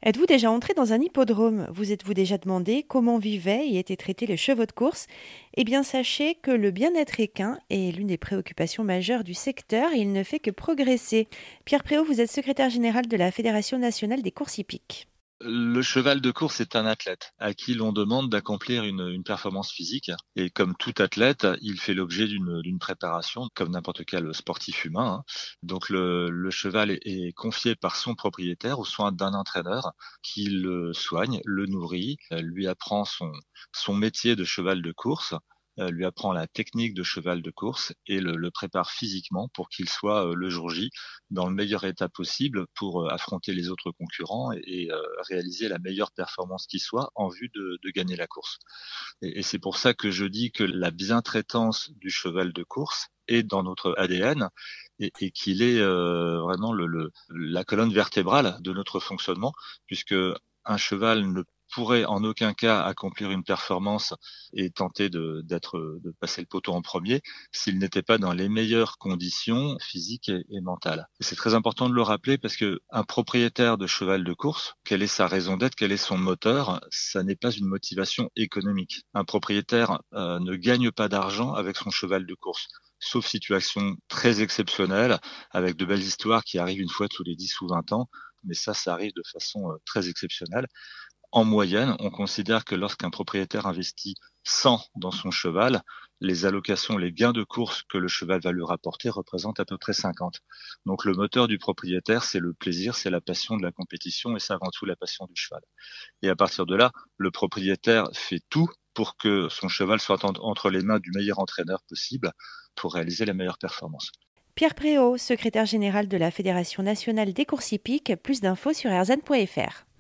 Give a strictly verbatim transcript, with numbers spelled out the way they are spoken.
Êtes-vous déjà entré dans un hippodrome? Vous êtes-vous déjà demandé comment vivaient et étaient traités les chevaux de course? Eh bien, sachez que le bien-être équin est l'une des préoccupations majeures du secteur et il ne fait que progresser. Pierre Préau, vous êtes secrétaire général de la Fédération nationale des courses hippiques. Le cheval de course est un athlète à qui l'on demande d'accomplir une, une performance physique. Et comme tout athlète, il fait l'objet d'une d'une préparation, comme n'importe quel sportif humain, hein. Donc le, le cheval est, est confié par son propriétaire aux soins d'un entraîneur qui le soigne, le nourrit, euh, lui apprend son, son métier de cheval de course, euh, lui apprend la technique de cheval de course et le, le prépare physiquement pour qu'il soit euh, le jour J dans le meilleur état possible pour euh, affronter les autres concurrents et, et euh, réaliser la meilleure performance qui soit en vue de, de gagner la course. Et, et c'est pour ça que je dis que la bientraitance du cheval de course est dans notre A D N et, et qu'il est euh, vraiment le, le, la colonne vertébrale de notre fonctionnement, puisque un cheval ne pourrait en aucun cas accomplir une performance et tenter de, d'être, de passer le poteau en premier s'il n'était pas dans les meilleures conditions physiques et, et mentales. Et c'est très important de le rappeler parce que un propriétaire de cheval de course, quelle est sa raison d'être, quel est son moteur, ça n'est pas une motivation économique. Un propriétaire euh, ne gagne pas d'argent avec son cheval de course, sauf situation très exceptionnelle, avec de belles histoires qui arrivent une fois tous les dix ou vingt ans, mais ça, ça arrive de façon euh, très exceptionnelle. En moyenne, on considère que lorsqu'un propriétaire investit cent dans son cheval, les allocations, les gains de course que le cheval va lui rapporter représentent à peu près cinquante. Donc le moteur du propriétaire, c'est le plaisir, c'est la passion de la compétition et c'est avant tout la passion du cheval. Et à partir de là, le propriétaire fait tout pour que son cheval soit en- entre les mains du meilleur entraîneur possible pour réaliser la meilleure performance. Pierre Préau, secrétaire général de la Fédération nationale des courses hippiques. Plus d'infos sur erzan point f r.